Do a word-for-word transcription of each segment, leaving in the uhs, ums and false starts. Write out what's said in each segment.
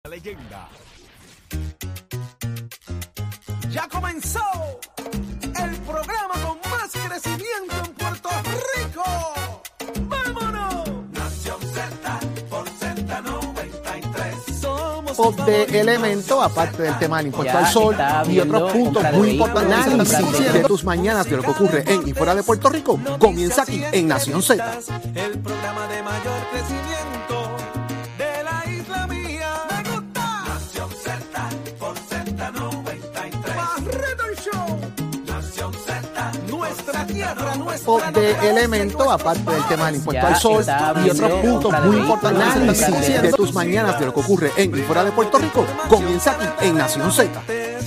leyenda. Ya comenzó el programa con más crecimiento en Puerto Rico. ¡Vámonos! Nación Z por Z noventa y tres. Somos de elemento, aparte del tema del impuesto al sol y otros puntos muy importantes. Análisis de tus mañanas de lo que ocurre en y fuera de Puerto Rico comienza aquí en Nación Z. El programa de mayor crecimiento de la isla mía. Me gusta. Nación Z por Z noventa y tres. Barreto el Show. Nación Z, nuestra tierra, nuestra de elemento, aparte del tema del impuesto al sol y otros puntos muy importantes. Análisis de tus mañanas de lo que ocurre en y fuera de Puerto Rico comienza aquí en Nación Z.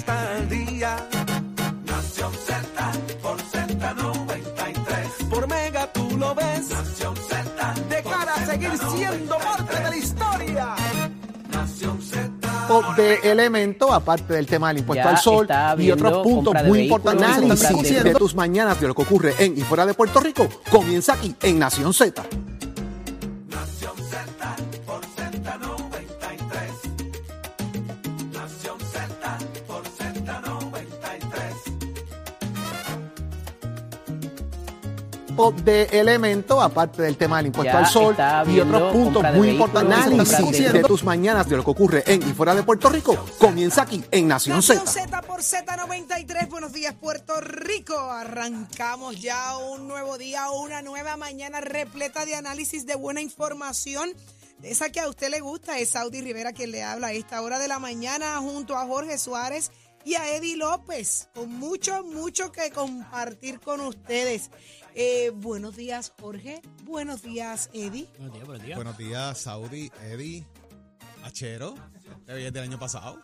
Nación Z por Z noventa y tres. Por Mega tú lo ves. Nación Z de cara a seguir siendo parte de la historia. Nación Z. De elemento, aparte del tema del impuesto al sol y otros puntos muy importantes. Análisis de tus mañanas de lo que ocurre en y fuera de Puerto Rico comienza aquí en Nación Z. Nación Z por Z noventa y tres. Nación Z por Z noventa y tres. De elemento, aparte del tema del impuesto al sol y otros puntos muy importantes. Análisis de tus mañanas de lo que ocurre en y fuera de Puerto Rico comienza aquí en Nación Z. Nación Z por Z noventa y tres. Buenos días, Puerto Rico. Arrancamos ya un nuevo día, una nueva mañana repleta de análisis, de buena información. De esa que a usted le gusta, es Saudi Rivera quien le habla a esta hora de la mañana junto a Jorge Suárez y a Eddie López, con mucho, mucho que compartir con ustedes. Eh, buenos días, Jorge. Buenos días, Eddie. Buenos días, buenos días. Buenos días, Saudi, Eddie, Achero, te veías del año pasado.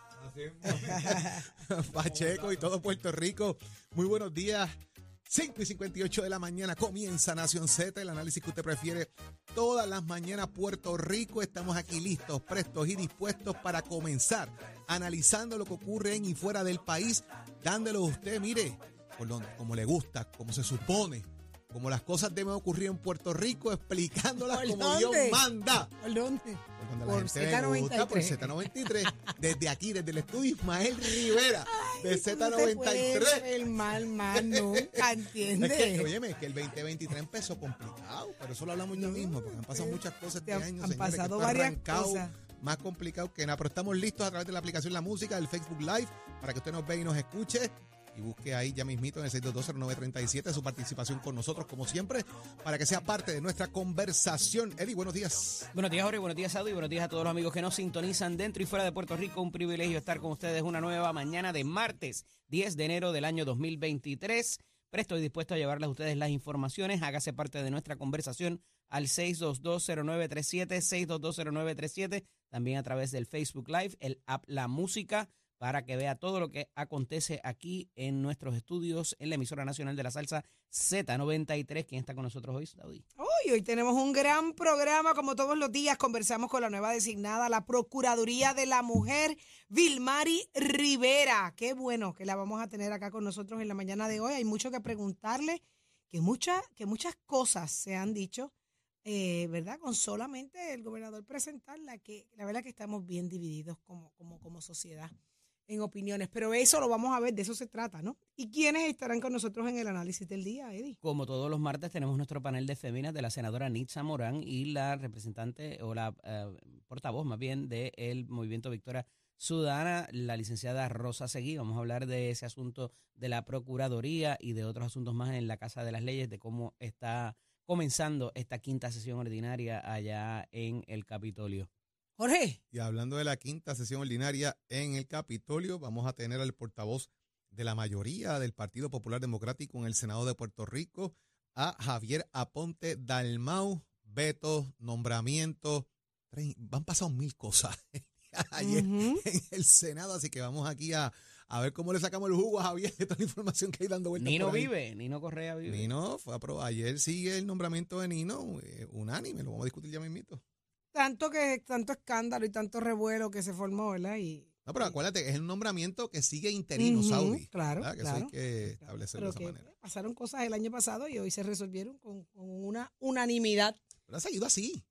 Pacheco y todo Puerto Rico. Muy buenos días. cinco y cincuenta y ocho de la mañana comienza Nación Z, el análisis que usted prefiere todas las mañanas. Puerto Rico, estamos aquí listos, prestos y dispuestos para comenzar analizando lo que ocurre en y fuera del país, dándolo a usted, mire, por donde, como le gusta, como se supone, como las cosas deben ocurrir en Puerto Rico, explicándolas como dónde? Dios manda. ¿Por dónde? Por donde Por la gente Z le noventa y gusta, por tres. Z noventa y tres, desde aquí, desde el estudio Ismael Rivera, de Z noventa y No te tres. puedes ver mal, más nunca, ¿entiendes? Es que, óyeme, es que el veinte veintitrés empezó complicado, pero eso lo hablamos ya mismo, porque han pasado muchas cosas este han- año, han señores, pasado que esto ha varias arrancado cosas. más complicado que nada, pero estamos listos a través de la aplicación La Música, del Facebook Live, para que usted nos vea y nos escuche. Y busque ahí ya mismito en el seis dos dos cero nueve tres siete su participación con nosotros, como siempre, para que sea parte de nuestra conversación. Eddie, buenos días. Buenos días, Jorge. Buenos días, Saudi. Buenos días a todos los amigos que nos sintonizan dentro y fuera de Puerto Rico. Un privilegio estar con ustedes una nueva mañana de martes, diez de enero del año dos mil veintitrés. Presto y dispuesto a llevarles a ustedes las informaciones. Hágase parte de nuestra conversación al seis dos dos cero nueve tres siete, seis dos dos cero nueve tres siete. También a través del Facebook Live, el app La Música, para que vea todo lo que acontece aquí en nuestros estudios en la emisora nacional de la salsa Z noventa y tres. ¿Quién está con nosotros hoy, Saudi? Hoy, hoy tenemos un gran programa, como todos los días conversamos con la nueva designada, la Procuraduría de la Mujer, Vilmari Rivera. Qué bueno que la vamos a tener acá con nosotros en la mañana de hoy. Hay mucho que preguntarle, que, mucha, que muchas cosas se han dicho, eh, ¿verdad? Con solamente el gobernador presentarla, que la verdad que estamos bien divididos como, como, como sociedad en opiniones, pero eso lo vamos a ver, de eso se trata, ¿no? ¿Y quiénes estarán con nosotros en el análisis del día, Eddie? Como todos los martes tenemos nuestro panel de féminas de la senadora Nitza Morán y la representante o la uh, portavoz más bien del Movimiento Victoria Ciudadana, la licenciada Rosa Seguí. Vamos a hablar de ese asunto de la Procuraduría y de otros asuntos más en la Casa de las Leyes, de cómo está comenzando esta quinta sesión ordinaria allá en el Capitolio. Jorge. Y hablando de la quinta sesión ordinaria en el Capitolio, vamos a tener al portavoz de la mayoría del Partido Popular Democrático en el Senado de Puerto Rico, a Javier Aponte Dalmau. Vetos, nombramientos, han pasado mil cosas ayer Uh-huh. en el Senado, así que vamos aquí a, a ver cómo le sacamos el jugo a Javier de toda la información que hay dando vueltas Nino por ahí. vive, Nino Correa vive. Nino fue aprobado. Ayer sigue el nombramiento de Nino, eh, unánime, lo vamos a discutir ya mismito. Tanto que tanto escándalo y tanto revuelo que se formó, ¿verdad? Y, No, pero acuérdate, es un nombramiento que sigue interino, Ujú, Saudi. claro, ¿verdad? Que claro. eso hay que establecerlo pero de esa que manera. pasaron cosas el año pasado y hoy se resolvieron con, con una unanimidad. Pero ha seguido así.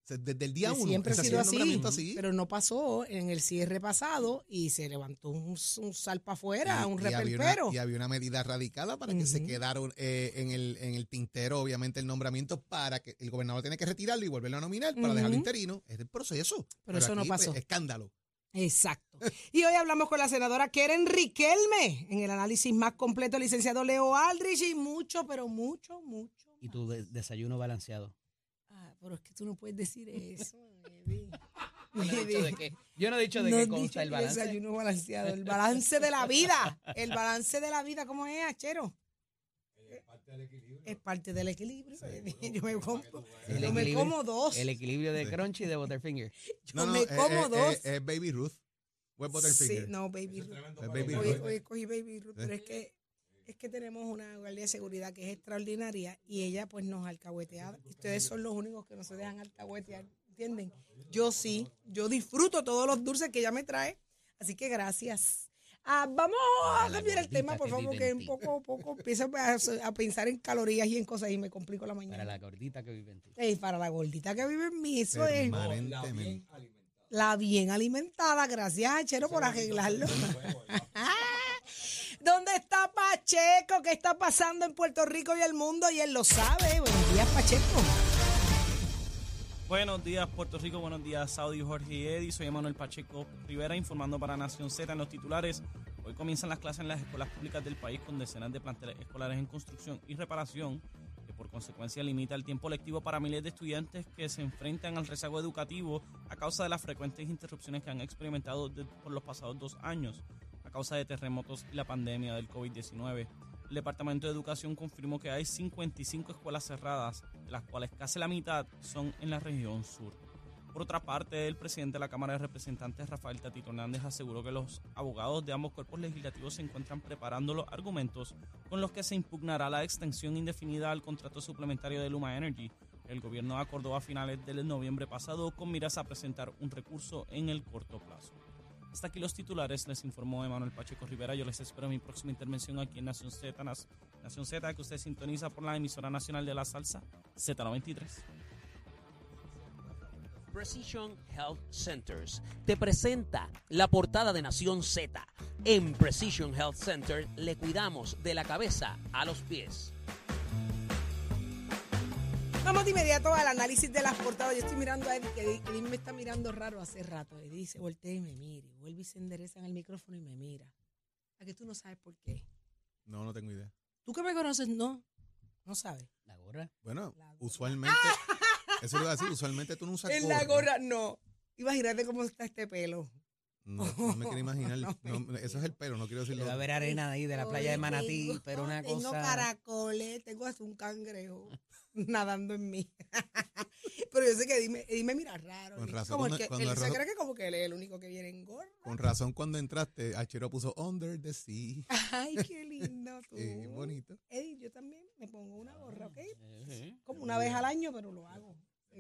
Desde el día uno. Siempre ha sido así, así, pero no pasó en el cierre pasado y se levantó un, un salpa afuera, y, un reperpero. Y había una medida radicada para uh-huh. que se quedaron eh, en, el, en el tintero, obviamente, el nombramiento para que el gobernador tiene que retirarlo y volverlo a nominar para uh-huh. dejarlo interino. Es el proceso. Pero, pero eso aquí, no pasó. Pues, escándalo. Exacto. Y hoy hablamos con la senadora Keren Riquelme en el análisis más completo, el licenciado Leo Aldrich y mucho, pero mucho, mucho. ¿Y tu de- desayuno balanceado? Ah, pero es que tú no puedes decir eso, Eddie. Yo no he dicho de qué, yo no he dicho de no qué consta el balance. Desayuno balanceado, el balance de la vida. El balance de la vida, ¿cómo es, Achero? Es parte del equilibrio. Es parte del equilibrio. Sí, yo me, como, el yo me como dos. El equilibrio de Crunchy y de Butterfinger. Yo no, no, me como es, dos. Es, es Baby Ruth. O es Butterfinger. Sí, no, Baby Ruth. Es Baby hoy, Ruth. hoy cogí Baby Ruth, pero es que es que tenemos una guardia de seguridad que es extraordinaria y ella pues nos alcahuetea. Ustedes son los únicos que no se dejan alcahuetear, ¿entienden? Yo sí, yo disfruto todos los dulces que ella me trae, así que gracias. Ah, vamos a cambiar el tema, por favor, que un poco poco empiezo a, a pensar en calorías y en cosas y me complico la mañana. Para la gordita que vive en ti. Ey, para la gordita que vive en mí, eso es. La bien alimentada. La bien alimentada, gracias a Chero por arreglarlo. ¿Dónde está Pacheco? ¿Qué está pasando en Puerto Rico y el mundo? Y él lo sabe. Buenos días, Pacheco. Buenos días, Puerto Rico. Buenos días, Saudi, Jorge y Eddie. Soy Emanuel Pacheco Rivera, informando para Nación Z en los titulares. Hoy comienzan las clases en las escuelas públicas del país con decenas de planteles escolares en construcción y reparación, que por consecuencia limita el tiempo lectivo para miles de estudiantes que se enfrentan al rezago educativo a causa de las frecuentes interrupciones que han experimentado de, por los pasados dos años, a causa de terremotos y la pandemia del COVID diecinueve. El Departamento de Educación confirmó que hay cincuenta y cinco escuelas cerradas, de las cuales casi la mitad son en la región sur. Por otra parte, el presidente de la Cámara de Representantes, Rafael Tatito Hernández, aseguró que los abogados de ambos cuerpos legislativos se encuentran preparando los argumentos con los que se impugnará la extensión indefinida al contrato suplementario de Luma Energy. El gobierno acordó a finales del noviembre pasado con miras a presentar un recurso en el corto plazo. Hasta aquí los titulares, les informó Emanuel Pacheco Rivera. Yo les espero en mi próxima intervención aquí en Nación Z, Nación Z, que usted sintoniza por la emisora nacional de la salsa, Z noventa y tres. Precision Health Centers te presenta la portada de Nación Z. En Precision Health Center le cuidamos de la cabeza a los pies. Vamos de inmediato al análisis de las portadas. Yo estoy mirando a Eddie, que Eddie me está mirando raro hace rato. Eddie se voltea y me mira, y vuelve y se endereza en el micrófono y me mira. ¿A que tú no sabes por qué? No, no tengo idea. ¿Tú que me conoces? No, no sabes. ¿La gorra? Bueno, La gorra. usualmente, eso lo iba a decir, usualmente tú no usas En gorra. la gorra, no. Imagínate cómo está este pelo. No, no me quiero imaginar. No, eso es el pelo, no quiero decirlo. Debe haber arena ahí de la playa de Manatí, tengo, pero una tengo cosa... Tengo caracoles, tengo hasta un cangrejo nadando en mí. Pero yo sé que dime, dime mira raro. Con razón, como cuando, el que, cuando él se razón, cree que como que él es el único que viene en gorra. Con razón, cuando entraste, Achero puso Under the Sea. Ay, qué lindo tú. Sí, bonito. Eddie, yo también me pongo una gorra, ¿ok? Sí. Como una vez al año, pero lo hago.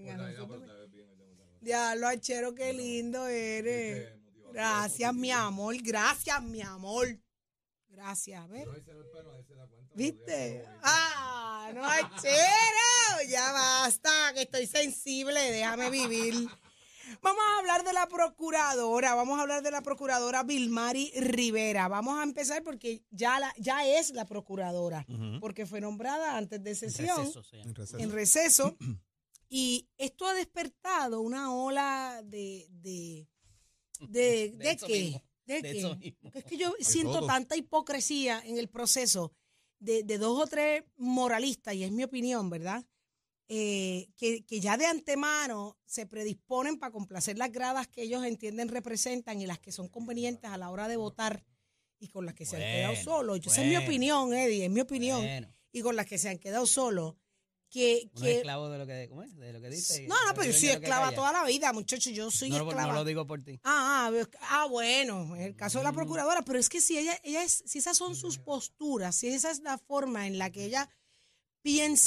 Ya, lo Achero, qué lindo eres. Gracias, mi amor. Gracias, mi amor. Gracias. A ver. ¿Viste? Ah, no, Achero. Ya basta, que estoy sensible. Déjame vivir. Vamos a hablar de la procuradora. Vamos a hablar de la procuradora Vilmary Rivera. Vamos a empezar porque ya, la, ya es la procuradora. Uh-huh. Porque fue nombrada antes de sesión. En receso. Sí. En receso. En receso. Y esto ha despertado una ola de... de ¿De, de, de qué? Mismo. ¿De, de qué? Porque es que yo de siento todo. tanta hipocresía en el proceso de, de dos o tres moralistas, y es mi opinión, ¿verdad? Eh, que, que ya de antemano se predisponen para complacer las gradas que ellos entienden representan y las que son convenientes a la hora de votar y con las que bueno, se han quedado solos. Bueno, Esa es mi opinión, Eddie, es mi opinión. Bueno. Y con las que se han quedado solos. Que, Uno que, es esclavo de lo que, ¿cómo es? De lo que dice. No, no, pero yo soy esclava toda la vida, muchachos. Yo soy no, esclava. No lo digo por ti. Ah, ah, ah, bueno, en el caso de la procuradora, pero es que si ella, ella es, si esas son sus posturas, si esa es la forma en la que ella piensa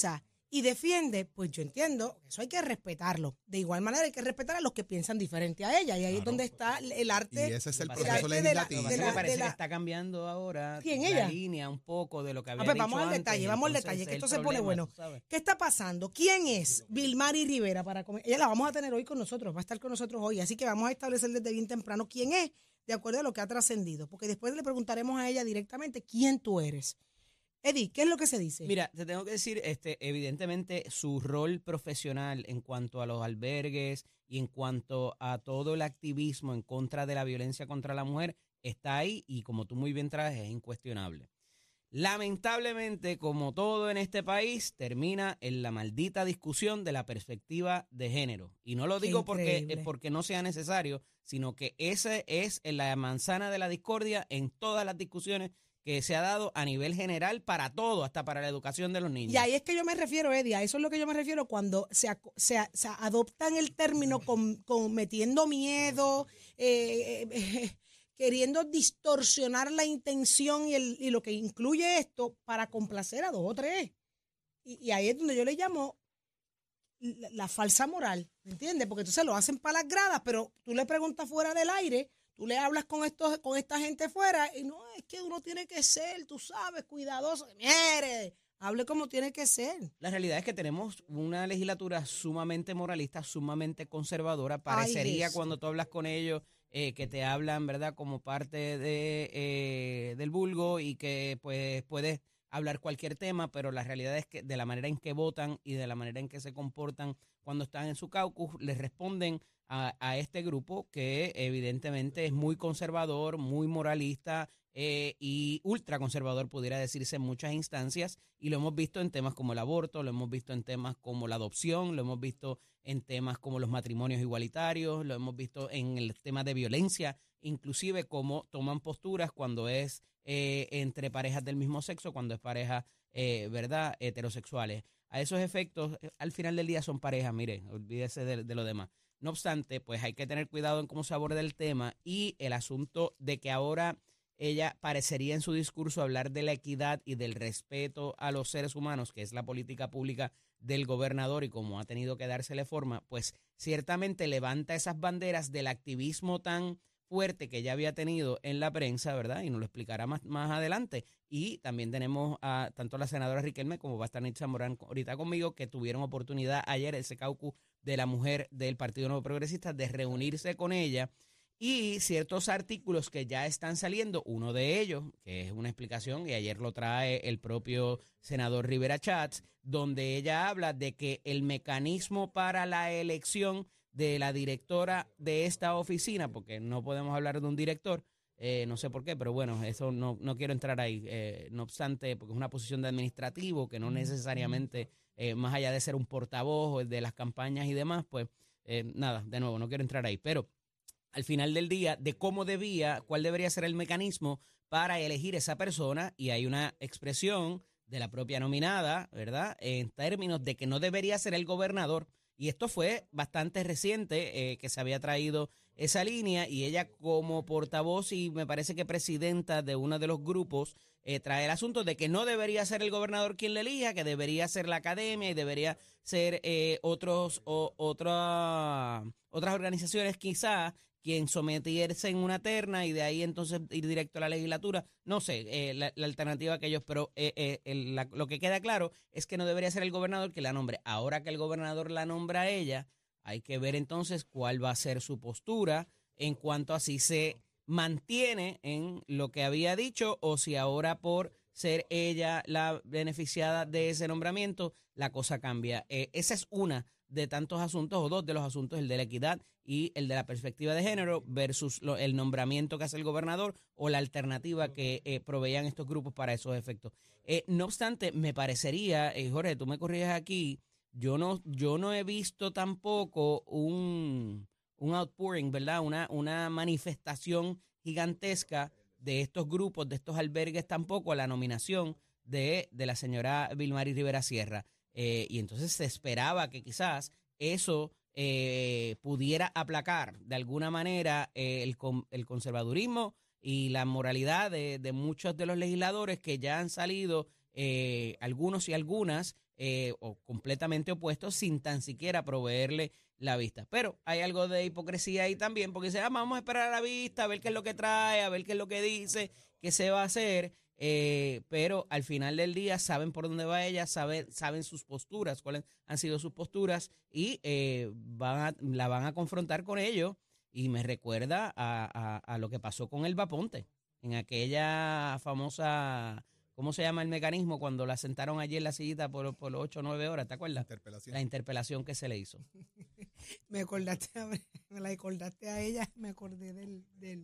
y defiende, pues yo entiendo, eso hay que respetarlo. De igual manera hay que respetar a los que piensan diferente a ella, y ahí claro. es donde está el arte. Y ese es el el proceso legislativo. De la, de la, me parece de la, que está cambiando ahora ¿quién, la ella? línea un poco de lo que había ah, pues dicho vamos al antes, detalle, vamos al detalle, que esto se problema, pone bueno. ¿Qué está pasando? ¿Quién es Vilmary Rivera? Para comer? Ella la vamos a tener hoy con nosotros, va a estar con nosotros hoy, así que vamos a establecer desde bien temprano quién es, de acuerdo a lo que ha trascendido, porque después le preguntaremos a ella directamente quién tú eres. Eddie, ¿qué es lo que se dice? Mira, te tengo que decir, este, evidentemente su rol profesional en cuanto a los albergues y en cuanto a todo el activismo en contra de la violencia contra la mujer está ahí y como tú muy bien traes es incuestionable. Lamentablemente, como todo en este país, termina en la maldita discusión de la perspectiva de género. Y no lo digo porque, porque no sea necesario, sino que esa es la manzana de la discordia en todas las discusiones que se ha dado a nivel general para todo, hasta para la educación de los niños. Y ahí es que yo me refiero, Eddie, a eso es lo que yo me refiero cuando se, se, se adoptan el término con, con metiendo miedo, eh, eh, queriendo distorsionar la intención y, el, y lo que incluye esto para complacer a dos o tres. Y, y ahí es donde yo le llamo la, la falsa moral, ¿me entiendes? Porque entonces lo hacen para las gradas, pero tú le preguntas fuera del aire, tú le hablas con estos, con esta gente fuera y no, es que uno tiene que ser, tú sabes, cuidadoso. Mire, hable como tiene que ser. La realidad es que tenemos una legislatura sumamente moralista, sumamente conservadora. Parecería Ay, cuando tú hablas con ellos eh, que te hablan, ¿verdad?, como parte de eh, del vulgo y que pues puedes hablar cualquier tema, pero la realidad es que de la manera en que votan y de la manera en que se comportan cuando están en su caucus, les responden A, a este grupo que evidentemente es muy conservador, muy moralista eh, y ultraconservador, pudiera decirse en muchas instancias, y lo hemos visto en temas como el aborto, lo hemos visto en temas como la adopción, lo hemos visto en temas como los matrimonios igualitarios, lo hemos visto en el tema de violencia, inclusive cómo toman posturas cuando es eh, entre parejas del mismo sexo, cuando es pareja, eh, ¿verdad?, heterosexuales. A esos efectos, al final del día son parejas, miren, olvídese de, de lo demás. No obstante, pues hay que tener cuidado en cómo se aborda el tema y el asunto de que ahora ella parecería en su discurso hablar de la equidad y del respeto a los seres humanos, que es la política pública del gobernador y como ha tenido que dársele forma, pues ciertamente levanta esas banderas del activismo tan fuerte que ya había tenido en la prensa, ¿verdad? Y nos lo explicará más, más adelante. Y también tenemos a tanto a la senadora Riquelme como va a estar Nitza Morán ahorita conmigo, que tuvieron oportunidad ayer, ese caucus de la mujer del Partido Nuevo Progresista, de reunirse con ella y ciertos artículos que ya están saliendo, uno de ellos, que es una explicación, y ayer lo trae el propio senador Rivera Chats, donde ella habla de que el mecanismo para la elección de la directora de esta oficina, porque no podemos hablar de un director, eh, no sé por qué, pero bueno, eso no, no quiero entrar ahí, eh, no obstante, porque es una posición de administrativo que no necesariamente, eh, más allá de ser un portavoz de las campañas y demás, pues eh, nada, de nuevo, no quiero entrar ahí, pero al final del día, de cómo debía, cuál debería ser el mecanismo para elegir esa persona, y hay una expresión de la propia nominada, ¿verdad?, en términos de que no debería ser el gobernador. Y esto fue bastante reciente, eh, que se había traído esa línea, y ella como portavoz y me parece que presidenta de uno de los grupos eh, trae el asunto de que no debería ser el gobernador quien le elija, que debería ser la academia y debería ser eh, otros o, otra, otras organizaciones quizás quien sometiese en una terna y de ahí entonces ir directo a la legislatura. No sé, eh, la, la alternativa que ellos, pero eh, eh, el, la, lo que queda claro es que no debería ser el gobernador que la nombre. Ahora que el gobernador la nombra a ella, hay que ver entonces cuál va a ser su postura en cuanto a si se mantiene en lo que había dicho o si ahora por ser ella la beneficiada de ese nombramiento, la cosa cambia. Eh, esa es una de tantos asuntos, o dos de los asuntos, el de la equidad y el de la perspectiva de género versus lo, el nombramiento que hace el gobernador o la alternativa que eh, proveían estos grupos para esos efectos. Eh, no obstante, me parecería, eh, Jorge, tú me corriges aquí, yo no, yo no he visto tampoco un, un outpouring, ¿verdad? Una, una manifestación gigantesca de estos grupos, de estos albergues tampoco a la nominación de, de la señora Vilmary Rivera Sierra. Eh, y entonces se esperaba que quizás eso eh, pudiera aplacar de alguna manera eh, el, el conservadurismo y la moralidad de, de muchos de los legisladores que ya han salido, eh, algunos y algunas, eh, o completamente opuestos sin tan siquiera proveerle la vista. Pero hay algo de hipocresía ahí también, porque dice, ah, vamos a esperar a la vista, a ver qué es lo que trae, a ver qué es lo que dice, qué se va a hacer. Eh, pero al final del día saben por dónde va ella, saben, saben sus posturas, cuáles han sido sus posturas y eh, van a, la van a confrontar con ello. Y me recuerda a, a, a lo que pasó con Elba Ponte, en aquella famosa, ¿cómo se llama el mecanismo? Cuando la sentaron allí en la sillita por, por ocho o nueve horas, ¿te acuerdas? Interpelación. La interpelación que se le hizo. me acordaste a, me la acordaste a ella, me acordé del, del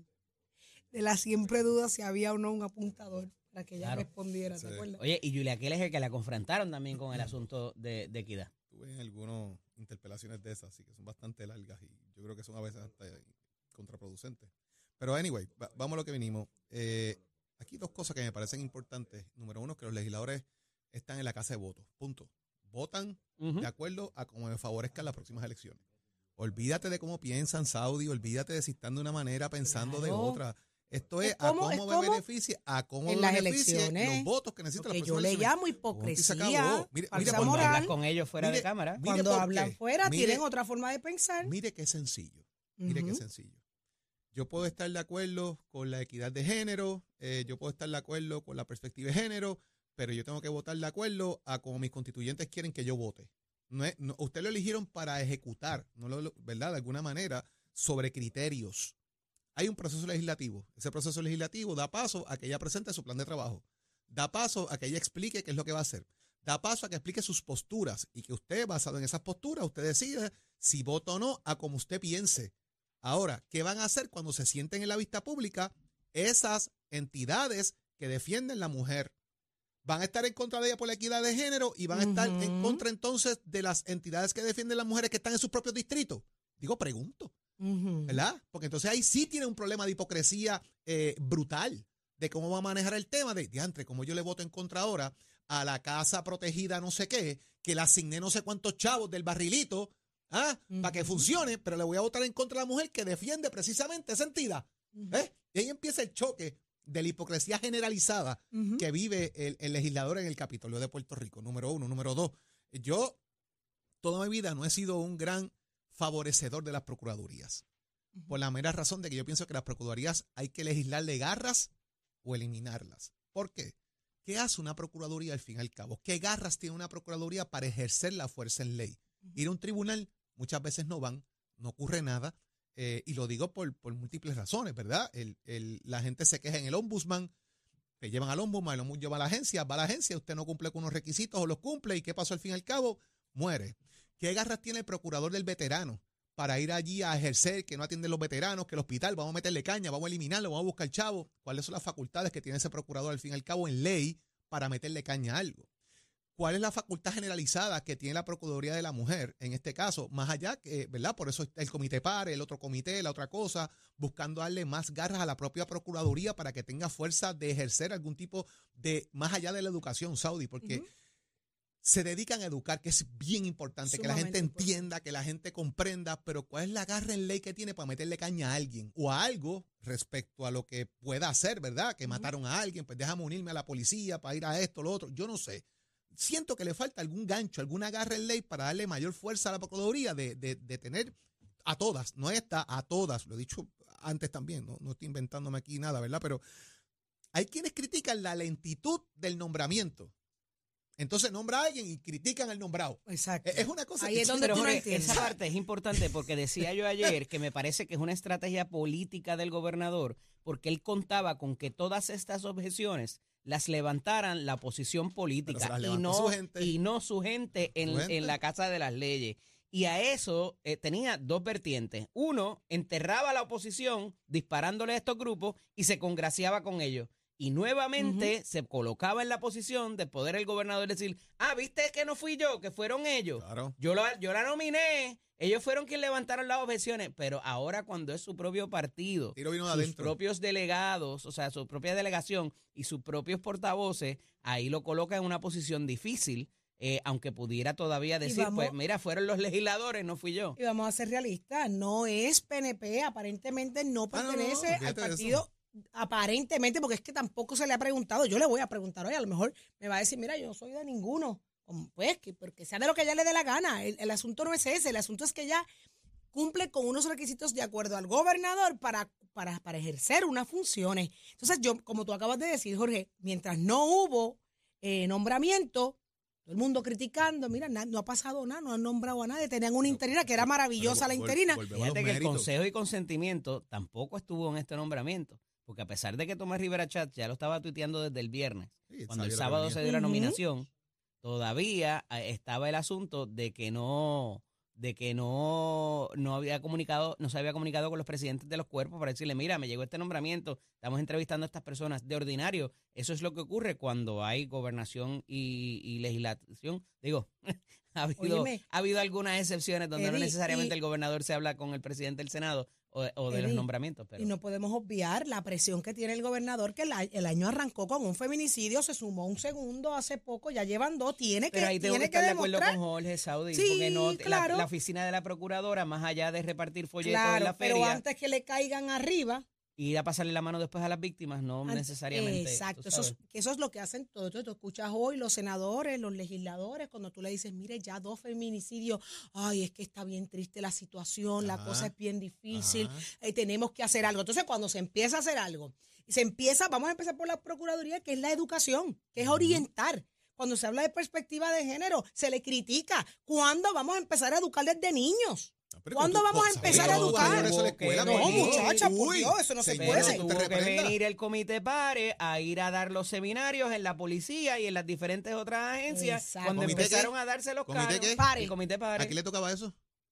de la siempre duda si había o no un apuntador para que ella claro. respondiera, ¿te sí. acuerdas? Oye, y Julia Aquel es el que la confrontaron también con el asunto de, de equidad. Tuve en algunas interpelaciones de esas, así que son bastante largas y yo creo que son a veces hasta contraproducentes. Pero anyway, va, vamos a lo que vinimos. Eh, aquí dos cosas que me parecen importantes. Número uno, que los legisladores están en la casa de votos. Punto. Votan uh-huh. de acuerdo a cómo me favorezcan las próximas elecciones. Olvídate de cómo piensan, Saudi. Olvídate de si están de una manera pensando claro. de otra. Esto es, es como, a cómo me beneficia, a cómo me beneficia los votos que necesita la persona. Yo le llamo hipocresía. Mire, mire cuando moral, hablas con ellos fuera mire, de cámara. Cuando hablan fuera, mire, tienen otra forma de pensar. Mire qué sencillo. Mire uh-huh. qué sencillo. Yo puedo estar de acuerdo con la equidad de género, eh, yo puedo estar de acuerdo con la perspectiva de género, pero yo tengo que votar de acuerdo a como mis constituyentes quieren que yo vote. No es, no, usted lo eligieron para ejecutar, no lo, ¿verdad? De alguna manera, sobre criterios. Hay un proceso legislativo. Ese proceso legislativo da paso a que ella presente su plan de trabajo. Da paso a que ella explique qué es lo que va a hacer. Da paso a que explique sus posturas y que usted, basado en esas posturas, usted decide si vota o no a como usted piense. Ahora, ¿qué van a hacer cuando se sienten en la vista pública esas entidades que defienden la mujer? Van a estar en contra de ella por la equidad de género y van a uh-huh. estar en contra entonces de las entidades que defienden las mujeres que están en sus propios distritos. Digo, pregunto. Uh-huh. ¿Verdad? Porque entonces ahí sí tiene un problema de hipocresía eh, brutal de cómo va a manejar el tema de, diantre, como yo le voto en contra ahora a la casa protegida no sé qué, que le asigné no sé cuántos chavos del barrilito, ¿ah? Uh-huh. Para que funcione, pero le voy a votar en contra de la mujer que defiende precisamente esa entidad. Uh-huh. ¿Eh? Y ahí empieza el choque de la hipocresía generalizada uh-huh. que vive el, el legislador en el Capitolio de Puerto Rico, número uno. Número dos, yo toda mi vida no he sido un gran favorecedor de las procuradurías, uh-huh. por la mera razón de que yo pienso que las procuradurías hay que legislarle garras o eliminarlas. ¿Por qué? ¿Qué hace una procuraduría al fin y al cabo? ¿Qué garras tiene una procuraduría para ejercer la fuerza en ley? Uh-huh. Ir a un tribunal, muchas veces no van, no ocurre nada, eh, y lo digo por, por múltiples razones, ¿verdad? El, el, la gente se queja en el ombudsman, te llevan al ombudsman, el ombudsman lleva a la agencia, va a la agencia, usted no cumple con unos requisitos o los cumple, ¿y qué pasó al fin y al cabo? Muere. ¿Qué garras tiene el procurador del veterano para ir allí a ejercer, que no atienden los veteranos, que el hospital, vamos a meterle caña, vamos a eliminarlo, vamos a buscar chavo? ¿Cuáles son las facultades que tiene ese procurador al fin y al cabo en ley para meterle caña a algo? ¿Cuál es la facultad generalizada que tiene la Procuraduría de la Mujer en este caso? Más allá, que, ¿verdad? Por eso el comité PARE, el otro comité, la otra cosa, buscando darle más garras a la propia Procuraduría para que tenga fuerza de ejercer algún tipo de, más allá de la educación, Saudi, porque uh-huh. se dedican a educar, que es bien importante, que la gente entienda, que la gente comprenda, pero ¿cuál es la garra en ley que tiene para meterle caña a alguien o a algo respecto a lo que pueda hacer, ¿verdad? Que uh-huh. mataron a alguien, pues déjame unirme a la policía para ir a esto, lo otro, yo no sé. Siento que le falta algún gancho, alguna garra en ley para darle mayor fuerza a la Procuraduría de, de, de tener a todas, no esta, a todas, lo he dicho antes también, no, no estoy inventándome aquí nada, ¿verdad? Pero hay quienes critican la lentitud del nombramiento. Entonces nombra a alguien y critican al nombrado. Exacto. Es una cosa Ahí que es donde pero, tú no Jorge, entiendes. esa parte es importante porque decía yo ayer que me parece que es una estrategia política del gobernador porque él contaba con que todas estas objeciones las levantaran la oposición política y no, su gente, y no su gente en, su gente en la Casa de las Leyes. Y a eso eh, tenía dos vertientes. Uno, enterraba a la oposición disparándole a estos grupos y se congraciaba con ellos. Y nuevamente uh-huh. se colocaba en la posición de poder el gobernador decir, ah, ¿viste que no fui yo, que fueron ellos? Claro. Yo, lo, yo la nominé, ellos fueron quienes levantaron las objeciones, pero ahora cuando es su propio partido, Tiro vino sus adentro. propios delegados, o sea, su propia delegación y sus propios portavoces, ahí lo coloca en una posición difícil, eh, aunque pudiera todavía decir, vamos, pues mira, fueron los legisladores, no fui yo. Y vamos a ser realistas, no es P N P, aparentemente no pertenece ah, no, no, al partido. Aparentemente, porque es que tampoco se le ha preguntado. Yo le voy a preguntar hoy, a lo mejor me va a decir, mira, yo no soy de ninguno. pues, que, porque sea de lo que ella le dé la gana. El, el asunto no es ese, el asunto es que ella cumple con unos requisitos de acuerdo al gobernador para, para, para ejercer unas funciones. Entonces, yo, como tú acabas de decir, Jorge, mientras no hubo eh, nombramiento, todo el mundo criticando, mira, na, no ha pasado nada, no han nombrado a nadie, tenían una interina que era maravillosa la interina. Fíjate que el consejo y consentimiento tampoco estuvo en este nombramiento, porque a pesar de que Tomás Rivera Chatz ya lo estaba tuiteando desde el viernes, sí, cuando el sábado se dio la nominación, uh-huh. todavía estaba el asunto de que no... de que no, no había comunicado, no se había comunicado con los presidentes de los cuerpos para decirle, mira, me llegó este nombramiento, estamos entrevistando a estas personas. De ordinario, eso es lo que ocurre cuando hay gobernación y, y legislación. Digo, ha habido, ha habido algunas excepciones donde Eddie, no necesariamente y, el gobernador se habla con el presidente del Senado o, o de Eddie, los nombramientos. Pero. Y no podemos obviar la presión que tiene el gobernador, que el, el año arrancó con un feminicidio, se sumó un segundo hace poco, ya llevan dos, tiene que Pero ahí tengo tiene que estar que de acuerdo con Jorge Saudi, sí, porque no, claro. la, la oficina de la procuradora, más allá de repartir folletos claro, en la feria. Pero antes que le caigan arriba. Y ir a pasarle la mano después a las víctimas, no antes, necesariamente. Exacto, eso es, eso es lo que hacen todos. Tú escuchas hoy los senadores, los legisladores, cuando tú le dices, mire, ya dos feminicidios, ay, es que está bien triste la situación, ajá, la cosa es bien difícil, eh, tenemos que hacer algo. Entonces, cuando se empieza a hacer algo, se empieza, vamos a empezar por la Procuraduría, que es la educación, que es orientar. Cuando se habla de perspectiva de género, se le critica. ¿Cuándo vamos a empezar a educar desde niños? No, ¿cuándo tú, vamos a empezar a educar? Eso la escuela, no, muchacha, por Dios, eso no se puede. Tuvo que venir el comité PARE a ir a dar los seminarios en la policía y en las diferentes otras agencias. Exacto. Cuando empezaron qué? a darse los cargos. ¿Comité qué? El comité PARE. ¿A quién le tocaba eso?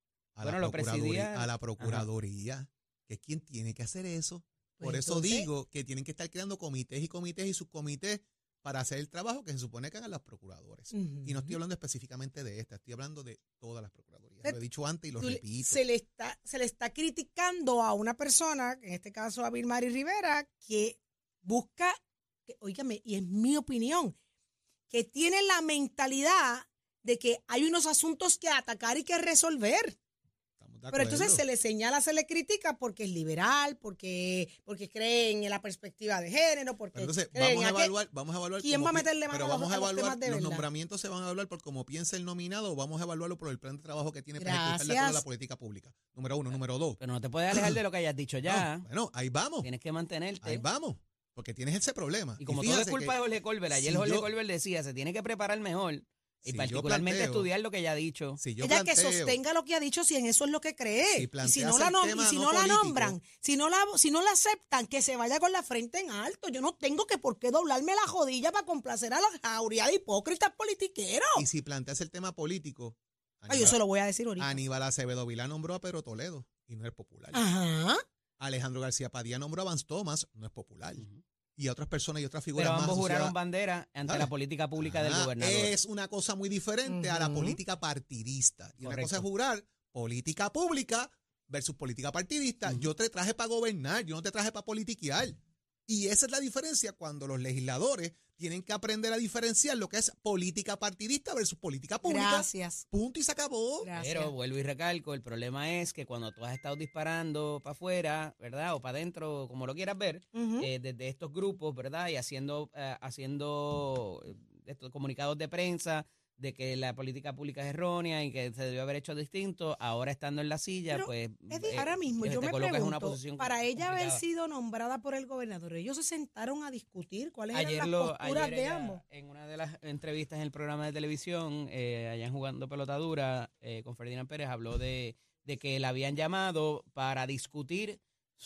A bueno, la lo presidía. A la Procuraduría, ajá, que es quien tiene que hacer eso. Por pues eso entonces, digo que tienen que estar creando comités y comités y subcomités para hacer el trabajo que se supone que hagan los procuradores. Uh-huh. Y no estoy hablando específicamente de esta, estoy hablando de todas las procuradurías. Lo he dicho antes y lo repito. Se le está, se le está criticando a una persona, en este caso a Vilmary Rivera, que busca, que, óigame, y es mi opinión, que tiene la mentalidad de que hay unos asuntos que atacar y que resolver. Pero entonces se le señala, se le critica porque es liberal, porque, porque creen en la perspectiva de género, porque entonces vamos a evaluar, vamos a evaluar quién cómo, va a meterle mano pero vamos a, a los evaluar temas de los verdad. Nombramientos se van a evaluar por cómo piensa el nominado o vamos a evaluarlo por el plan de trabajo que tiene para ejecutar de acuerdo a la política pública. Número uno, número dos. Pero no te puedes alejar de lo que hayas dicho ya. No, bueno, ahí vamos. Tienes que mantenerte. Ahí vamos. Porque tienes ese problema. Y como y todo es culpa de Jorge Colbert, ayer si Jorge yo, Colbert decía, se tiene que preparar mejor. Y si particularmente planteo, estudiar lo que ella ha dicho. Si yo ella planteo, que sostenga lo que ha dicho si en eso es lo que cree. Si y si no la, nom- y si no no la nombran, si no la, si no la aceptan, que se vaya con la frente en alto. Yo no tengo que por qué doblarme la jodilla para complacer a la jauría de hipócritas politiqueros. Y si planteas el tema político. Aníbal, Ay, yo se lo voy a decir ahorita. Aníbal Acevedo Vilá nombró a Pedro Toledo y no es popular. Ajá. Alejandro García Padilla nombró a Vance Thomas, no es popular. Uh-huh. Y a otras personas y otras figuras Pero más ambos asociadas. juraron bandera ante ¿sabes? La política pública ah, del gobernador. Es una cosa muy diferente uh-huh. a la política partidista. Y Correcto. Una cosa es jurar política pública versus política partidista. Uh-huh. Yo te traje para gobernar, yo no te traje para politiquear. Y esa es la diferencia cuando los legisladores tienen que aprender a diferenciar lo que es política partidista versus política pública. Gracias. Punto y se acabó. Gracias. Pero vuelvo y recalco, el problema es que cuando tú has estado disparando para afuera, ¿verdad? O para adentro, como lo quieras ver, uh-huh. eh, desde estos grupos, ¿verdad? Y haciendo, eh, haciendo estos comunicados de prensa de que la política pública es errónea y que se debió haber hecho distinto, ahora estando en la silla, pero, pues... Eddie, eh, ahora mismo yo me pregunto, para ella haber sido nombrada por el gobernador, ellos se sentaron a discutir cuáles ayer eran lo, las posturas ayer de ella, ambos. En una de las entrevistas en el programa de televisión, eh, allá en Jugando Pelotadura, eh, con Ferdinand Pérez, habló de, de que la habían llamado para discutir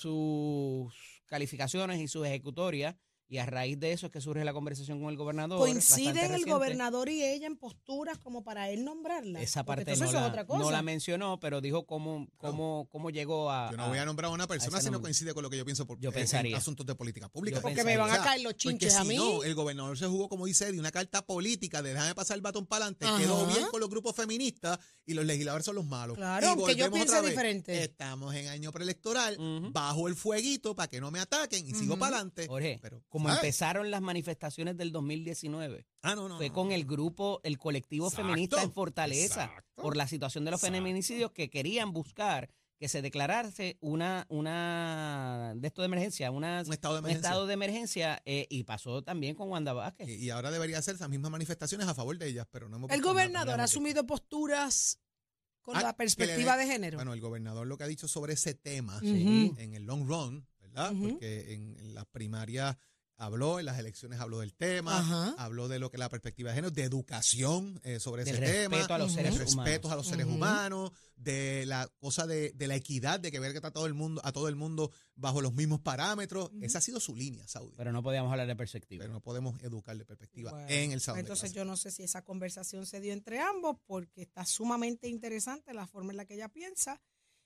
sus calificaciones y sus ejecutorias. Y a raíz de eso es que surge la conversación con el gobernador. ¿Coinciden el gobernador y ella en posturas como para él nombrarla? Esa parte no la, otra cosa. no la mencionó, pero dijo cómo, cómo, no. cómo llegó a... Yo no voy a nombrar a una persona a si no coincide con lo que yo pienso por, yo pensaría. en asuntos de política pública. Porque me van a caer los chinches si a mí. No, el gobernador se jugó, como dice Eddie, una carta política de déjame pasar el batón para adelante. Ajá. Quedó bien con los grupos feministas y los legisladores son los malos. Claro, aunque yo piense diferente. Estamos en año preelectoral, uh-huh. bajo el fueguito para que no me ataquen y uh-huh. sigo para adelante. Jorge, pero, como ¿sabes? Empezaron las manifestaciones del dos mil diecinueve. Ah, no, no. Fue no, con no. el grupo, el colectivo Exacto. feminista en Fortaleza, Exacto. por la situación de los Exacto. feminicidios que querían buscar que se declarase una, una de esto de emergencia, una, un estado de un emergencia, estado de emergencia eh, y pasó también con Wanda Vázquez. y, y ahora debería hacer esas mismas manifestaciones a favor de ellas, pero no hemos El visto gobernador nada, ha asumido posturas con Ah, la perspectiva que le- de género. Bueno, el gobernador lo que ha dicho sobre ese tema Ujú. en el long run, ¿verdad? Ujú. Porque en, en las primarias habló, en las elecciones habló del tema, Ajá. habló de lo que la perspectiva de género, de educación eh, sobre Del ese tema, respeto a los Ujú. seres de respeto humanos. a los seres Ujú. humanos, de la cosa de, de la equidad, de que ver que está todo el mundo, a todo el mundo bajo los mismos parámetros. Ujú. Esa ha sido su línea, Saudi. Pero no podíamos hablar de perspectiva. Pero no podemos educar de perspectiva Bueno, en el salón de entonces clase. yo no sé si esa conversación se dio entre ambos porque está sumamente interesante la forma en la que ella piensa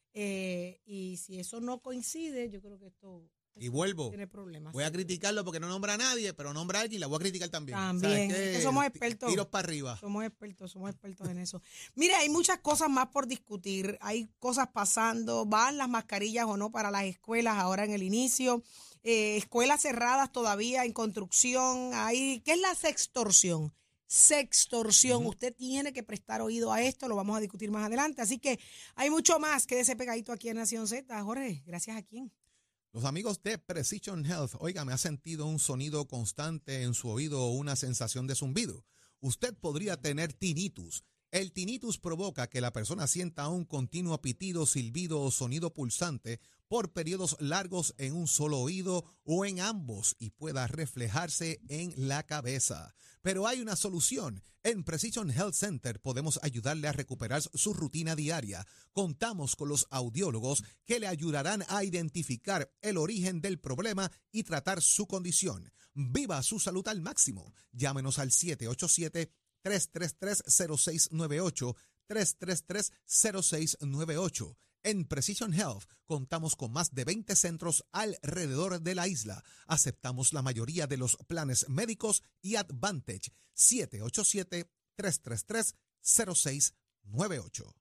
eh, y si eso no coincide, yo creo que esto, Y esto vuelvo, tiene problemas. voy a criticarlo porque no nombra a nadie, pero nombra a alguien y la voy a criticar también. También, ¿Sabes qué? es que somos Ti- expertos. Tiros para arriba. Somos expertos, somos expertos en eso. Mire, hay muchas cosas más por discutir, hay cosas pasando, van las mascarillas o no para las escuelas ahora en el inicio, eh, escuelas cerradas todavía en construcción, hay, ¿qué es la sextorsión? Sextorsión, Ujú. usted tiene que prestar oído a esto, lo vamos a discutir más adelante, así que hay mucho más, quédese pegadito aquí en Nación Z. Jorge, gracias a quién. Los amigos de Precision Health, oiga, me ha sentido un sonido constante en su oído o una sensación de zumbido. Usted podría tener tinnitus. El tinnitus provoca que la persona sienta un continuo pitido, silbido o sonido pulsante por periodos largos en un solo oído o en ambos y pueda reflejarse en la cabeza. Pero hay una solución. En Precision Health Center podemos ayudarle a recuperar su rutina diaria. Contamos con los audiólogos que le ayudarán a identificar el origen del problema y tratar su condición. Viva su salud al máximo. Llámenos al siete ocho siete, tres tres tres, cero seis nueve ocho, tres tres tres, cero seis nueve ocho. En Precision Health contamos con más de veinte centros alrededor de la isla. Aceptamos la mayoría de los planes médicos y Advantage. siete ocho siete, tres tres tres, cero seis nueve ocho.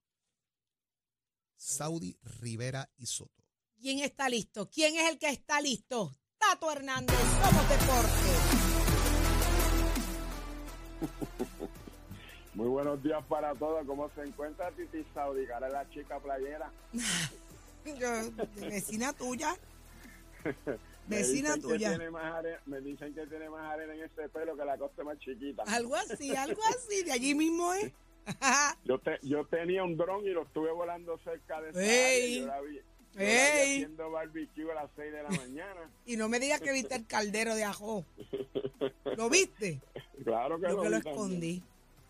Saudi, Rivera y Soto. ¿Quién está listo? ¿Quién es el que está listo? Tato Hernández, Somos Deportes. Muy buenos días para todos. ¿Cómo se encuentra Titi Saudi? Cara la chica playera. Yo, vecina tuya. Me Vecina dicen que tuya. tiene más arena, me dicen que tiene más arena en ese pelo que la costa más chiquita. Algo así, algo así. De allí mismo es. Yo te, yo tenía un dron y lo estuve volando cerca de esa Ey. área. Yo la vi, yo la vi Ey. haciendo barbecue a las seis de la mañana. Y no me digas que viste el caldero de ajo. ¿Lo viste? Claro que Yo lo que lo vi también. escondí.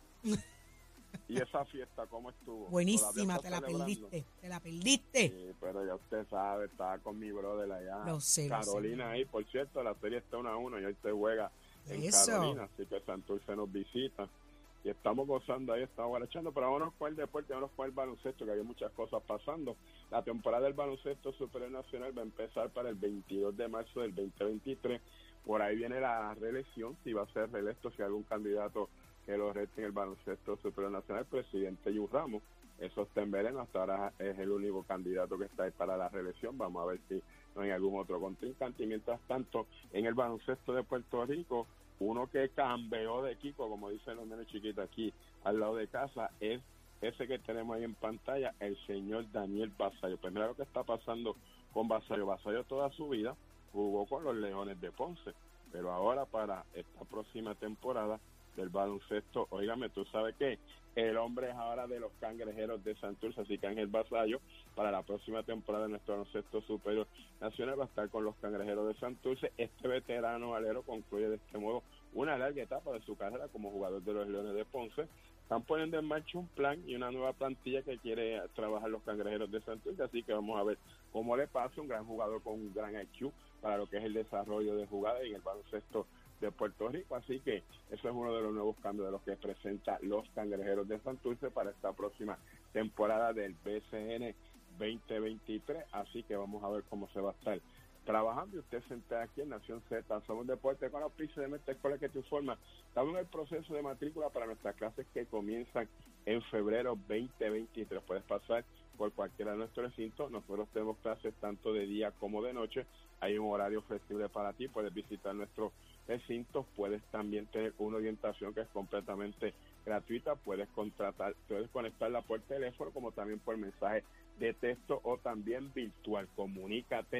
¿Y esa fiesta cómo estuvo? Buenísima, ¿Todavía te la está celebrando? perdiste. Te la perdiste. Sí, pero ya usted sabe, estaba con mi brother allá. Lo sé, lo Carolina sé. ahí, por cierto, la serie está uno a uno y hoy se juega en Eso. Carolina, así que Santurce nos visita. Y estamos gozando ahí, estamos guarachando, pero vámonos con el deporte, vámonos con el baloncesto, que hay muchas cosas pasando. La temporada del baloncesto superior nacional va a empezar para el veintidós de marzo del veinte veintitrés. Por ahí viene la reelección, si va a ser reelecto, si hay algún candidato que lo rete en el baloncesto superior nacional, presidente Yu Ramos. Eso está en veremos, hasta ahora es el único candidato que está ahí para la reelección. Vamos a ver si no hay algún otro contrincante. Y mientras tanto, en el baloncesto de Puerto Rico, uno que cambió de equipo, como dicen los nenes chiquitos aquí al lado de casa, es ese que tenemos ahí en pantalla, el señor Daniel Basayo. Pues mira lo que está pasando con Basayo. Basayo toda su vida jugó con los Leones de Ponce, pero ahora para esta próxima temporada del baloncesto, óigame, tú sabes que el hombre es ahora de los Cangrejeros de Santurce, así que Ángel Basayo para la próxima temporada de nuestro baloncesto superior nacional va a estar con los Cangrejeros de Santurce. Este veterano alero concluye de este modo una larga etapa de su carrera como jugador de los Leones de Ponce. Están poniendo en marcha un plan y una nueva plantilla que quiere trabajar los Cangrejeros de Santurce, así que vamos a ver cómo le pasa. Un gran jugador con un gran I Q para lo que es el desarrollo de jugadas y en el baloncesto de Puerto Rico, así que eso es uno de los nuevos cambios de los que presenta los Cangrejeros de Santurce para esta próxima temporada del B C N veinte veintitrés, así que vamos a ver cómo se va a estar trabajando. Y usted se entera aquí en Nación Z, Somos Deporte, con la auspicio de Mestre Escuela que te informa. Estamos en el proceso de matrícula para nuestras clases que comienzan en febrero veinte veintitrés. Puedes pasar por cualquiera de nuestros recintos. Nosotros tenemos clases tanto de día como de noche. Hay un horario flexible para ti. Puedes visitar nuestros recintos. Puedes también tener una orientación que es completamente gratuita. Puedes contratar, puedes conectarla por teléfono como también por mensaje de texto o también virtual. Comunícate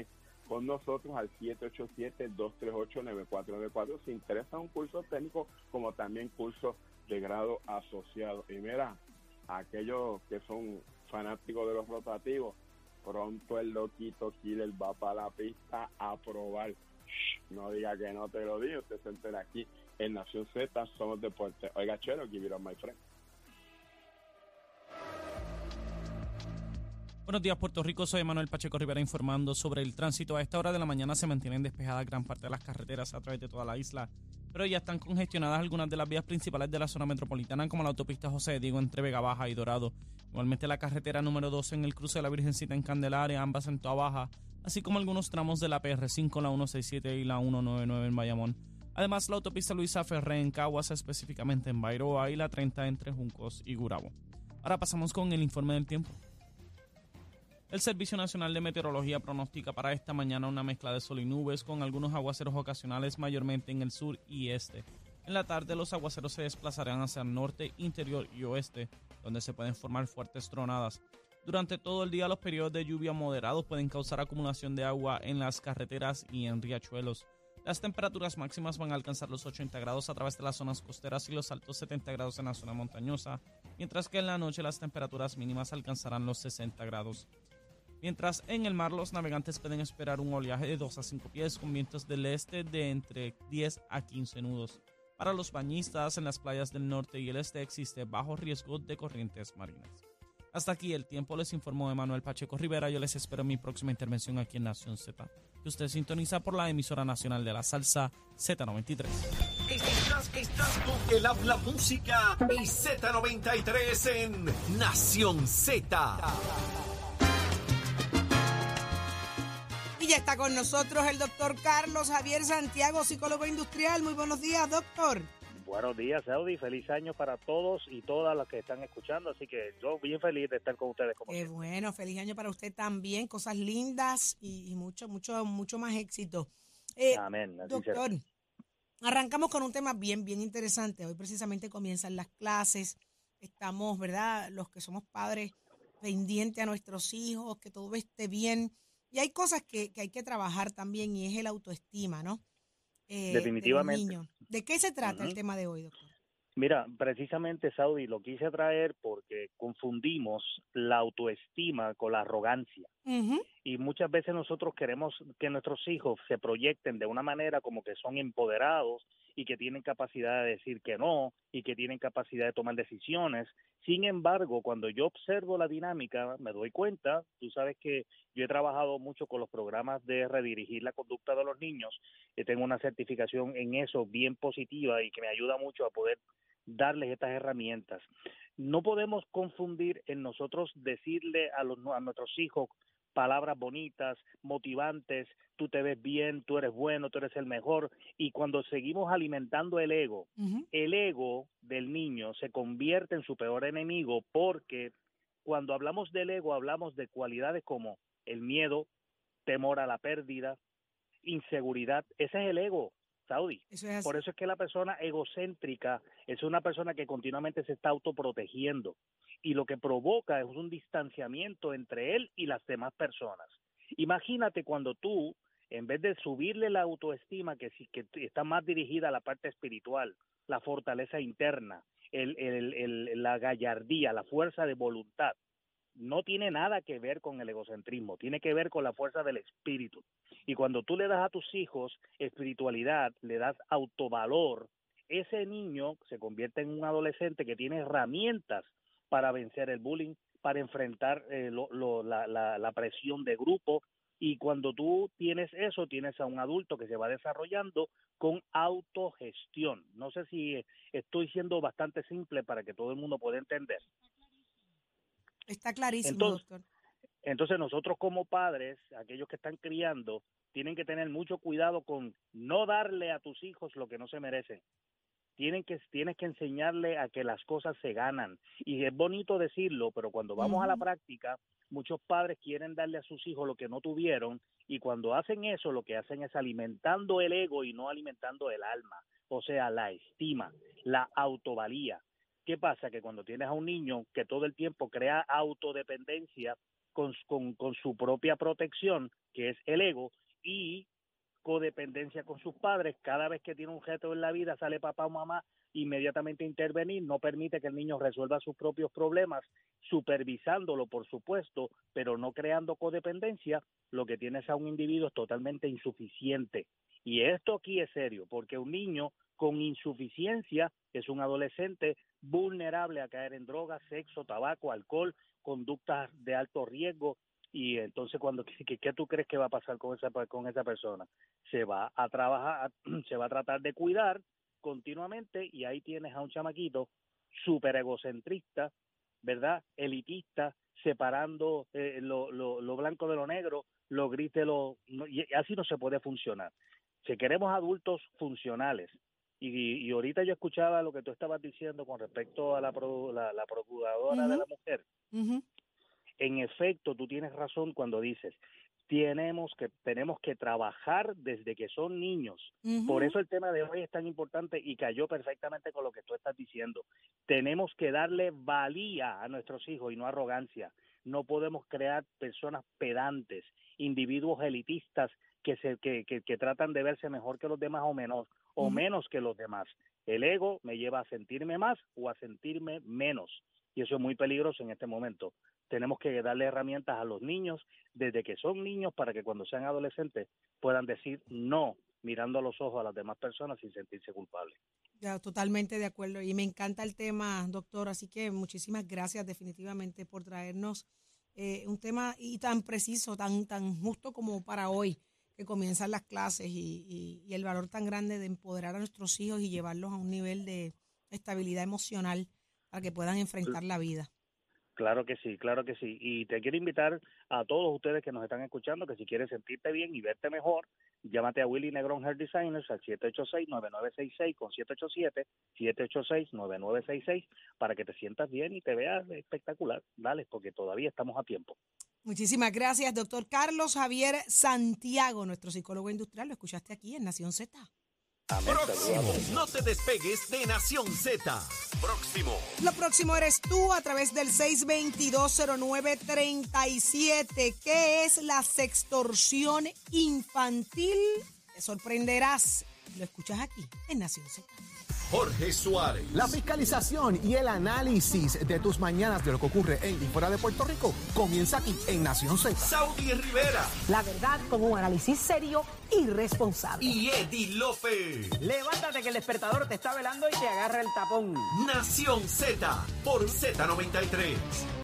con nosotros al siete ocho siete, dos tres ocho, nueve cuatro nueve cuatro si interesa un curso técnico como también curso de grado asociado. Y mira, aquellos que son fanáticos de los rotativos, pronto el loquito Killer va para la pista a probar. Shh, no diga que no te lo digo, usted se entera aquí en Nación Z, somos deportes. Oiga, Chero, give it up, my friend. Buenos días, Puerto Rico. Soy Manuel Pacheco Rivera informando sobre el tránsito. A esta hora de la mañana se mantienen despejadas gran parte de las carreteras a través de toda la isla, pero ya están congestionadas algunas de las vías principales de la zona metropolitana, como la autopista José de Diego entre Vega Baja y Dorado. Igualmente la carretera número doce en el cruce de la Virgencita en Candelaria, ambas en Toa Baja, así como algunos tramos de la P R cinco, la ciento sesenta y siete y la ciento noventa y nueve en Bayamón. Además, la autopista Luisa Ferré en Caguas, específicamente en Bairoa, y la treinta entre Juncos y Gurabo. Ahora pasamos con el informe del tiempo. El Servicio Nacional de Meteorología pronostica para esta mañana una mezcla de sol y nubes con algunos aguaceros ocasionales mayormente en el sur y este. En la tarde los aguaceros se desplazarán hacia el norte, interior y oeste, donde se pueden formar fuertes tronadas. Durante todo el día los periodos de lluvia moderados pueden causar acumulación de agua en las carreteras y en riachuelos. Las temperaturas máximas van a alcanzar los ochenta grados a través de las zonas costeras y los altos setenta grados en la zona montañosa, mientras que en la noche las temperaturas mínimas alcanzarán los sesenta grados. Mientras en el mar los navegantes pueden esperar un oleaje de dos a cinco pies con vientos del este de entre diez a quince nudos. Para los bañistas en las playas del norte y el este existe bajo riesgo de corrientes marinas. Hasta aquí el tiempo, les informó Manuel Pacheco Rivera. Yo les espero en mi próxima intervención aquí en Nación Z, que usted sintoniza por la emisora nacional de la salsa Z noventa y tres. Estás, estás con el habla música y Z noventa y tres en Nación Z. Y ya está con nosotros el doctor Carlos Javier Santiago, psicólogo industrial. Muy buenos días, doctor. Buenos días, Saudi. Feliz año para todos y todas las que están escuchando. Así que yo bien feliz de estar con ustedes. Como Qué siempre. bueno, feliz año para usted también. Cosas lindas y, y mucho, mucho, mucho más éxito. Eh, Amén. Así doctor, será. arrancamos con un tema bien, bien interesante. Hoy precisamente comienzan las clases. Estamos, ¿verdad? Los que somos padres pendientes a nuestros hijos, que todo esté bien. Y hay cosas que, que hay que trabajar también y es el autoestima, ¿no? Eh, Definitivamente. De, los niños. ¿De qué se trata uh-huh. el tema de hoy, doctor? Mira, precisamente, Saudi, lo quise traer porque confundimos la autoestima con la arrogancia. Uh-huh. Y muchas veces nosotros queremos que nuestros hijos se proyecten de una manera como que son empoderados y que tienen capacidad de decir que no y que tienen capacidad de tomar decisiones. Sin embargo, cuando yo observo la dinámica, me doy cuenta, tú sabes que yo he trabajado mucho con los programas de redirigir la conducta de los niños, y tengo una certificación en eso bien positiva y que me ayuda mucho a poder darles estas herramientas. No podemos confundir en nosotros decirle a, los, a nuestros hijos palabras bonitas, motivantes, tú te ves bien, tú eres bueno, tú eres el mejor, y cuando seguimos alimentando el ego, uh-huh. el ego del niño se convierte en su peor enemigo, porque cuando hablamos del ego hablamos de cualidades como el miedo, temor a la pérdida, inseguridad. Ese es el ego, Saudi. Eso es Por eso es que la persona egocéntrica es una persona que continuamente se está autoprotegiendo. Y lo que provoca es un distanciamiento entre él y las demás personas. Imagínate cuando tú, en vez de subirle la autoestima, que, que está más dirigida a la parte espiritual, la fortaleza interna, el, el, el, la gallardía, la fuerza de voluntad, no tiene nada que ver con el egocentrismo, tiene que ver con la fuerza del espíritu. Y cuando tú le das a tus hijos espiritualidad, le das autovalor, ese niño se convierte en un adolescente que tiene herramientas para vencer el bullying, para enfrentar eh, lo, lo, la, la, la presión de grupo. Y cuando tú tienes eso, tienes a un adulto que se va desarrollando con autogestión. No sé si estoy siendo bastante simple para que todo el mundo pueda entender. Está clarísimo, entonces, doctor. Entonces nosotros como padres, aquellos que están criando, tienen que tener mucho cuidado con no darle a tus hijos lo que no se merecen. Tienen que, tienes que enseñarle a que las cosas se ganan. Y es bonito decirlo, pero cuando vamos uh-huh. a la práctica, muchos padres quieren darle a sus hijos lo que no tuvieron, y cuando hacen eso, lo que hacen es alimentando el ego y no alimentando el alma, o sea, la estima, la autovalía. ¿Qué pasa? Que cuando tienes a un niño que todo el tiempo crea autodependencia con, con, con su propia protección, que es el ego, y codependencia con sus padres. Cada vez que tiene un reto en la vida, sale papá o mamá inmediatamente a intervenir, no permite que el niño resuelva sus propios problemas, supervisándolo, por supuesto, pero no creando codependencia. Lo que tienes a un individuo es totalmente insuficiente. Y esto aquí es serio, porque un niño con insuficiencia es un adolescente vulnerable a caer en drogas, sexo, tabaco, alcohol, conductas de alto riesgo. Y entonces, cuando ¿qué, qué tú crees que va a pasar con esa con esa persona? Se va a trabajar, se va a tratar de cuidar continuamente, y ahí tienes a un chamaquito súper egocentrista, ¿verdad? Elitista, separando eh, lo, lo, lo blanco de lo negro, lo gris de lo... No, y así no se puede funcionar. Si queremos adultos funcionales, y, y ahorita yo escuchaba lo que tú estabas diciendo con respecto a la, la, la procuradora uh-huh. de la mujer, uh-huh. en efecto, tú tienes razón cuando dices, tenemos que tenemos que trabajar desde que son niños. Uh-huh. Por eso el tema de hoy es tan importante y cayó perfectamente con lo que tú estás diciendo. Tenemos que darle valía a nuestros hijos y no arrogancia. No podemos crear personas pedantes, individuos elitistas que se que, que, que tratan de verse mejor que los demás o menos o uh-huh. menos que los demás. El ego me lleva a sentirme más o a sentirme menos, y eso es muy peligroso en este momento. Tenemos que darle herramientas a los niños desde que son niños para que cuando sean adolescentes puedan decir no, mirando a los ojos a las demás personas sin sentirse culpables. Ya, totalmente de acuerdo. Y me encanta el tema, doctor. Así que muchísimas gracias definitivamente por traernos eh, un tema y tan preciso, tan, tan justo como para hoy, que comienzan las clases y, y, y el valor tan grande de empoderar a nuestros hijos y llevarlos a un nivel de estabilidad emocional para que puedan enfrentar la vida. Claro que sí, claro que sí. Y te quiero invitar a todos ustedes que nos están escuchando que si quieres sentirte bien y verte mejor, llámate a Willy Negrón Hair Designers al siete ocho seis, nueve nueve seis seis con siete ocho siete, siete ocho seis, nueve nueve seis seis para que te sientas bien y te veas espectacular. Dale, porque todavía estamos a tiempo. Muchísimas gracias, doctor Carlos Javier Santiago, nuestro psicólogo industrial. Lo escuchaste aquí en Nación Z. Amén. Próximo. No te despegues de Nación Z. Próximo. Lo próximo eres tú a través del seis dos dos, cero nueve tres siete. ¿Qué es la sextorsión infantil? Te sorprenderás. Lo escuchas aquí en Nación Z. Jorge Suárez. La fiscalización y el análisis de tus mañanas de lo que ocurre en y fuera de Puerto Rico comienza aquí en Nación Z. Saudi Rivera. La verdad con un análisis serio y responsable. Y Eddie López. Levántate que el despertador te está velando y te agarra el tapón. Nación Z por Z noventa y tres.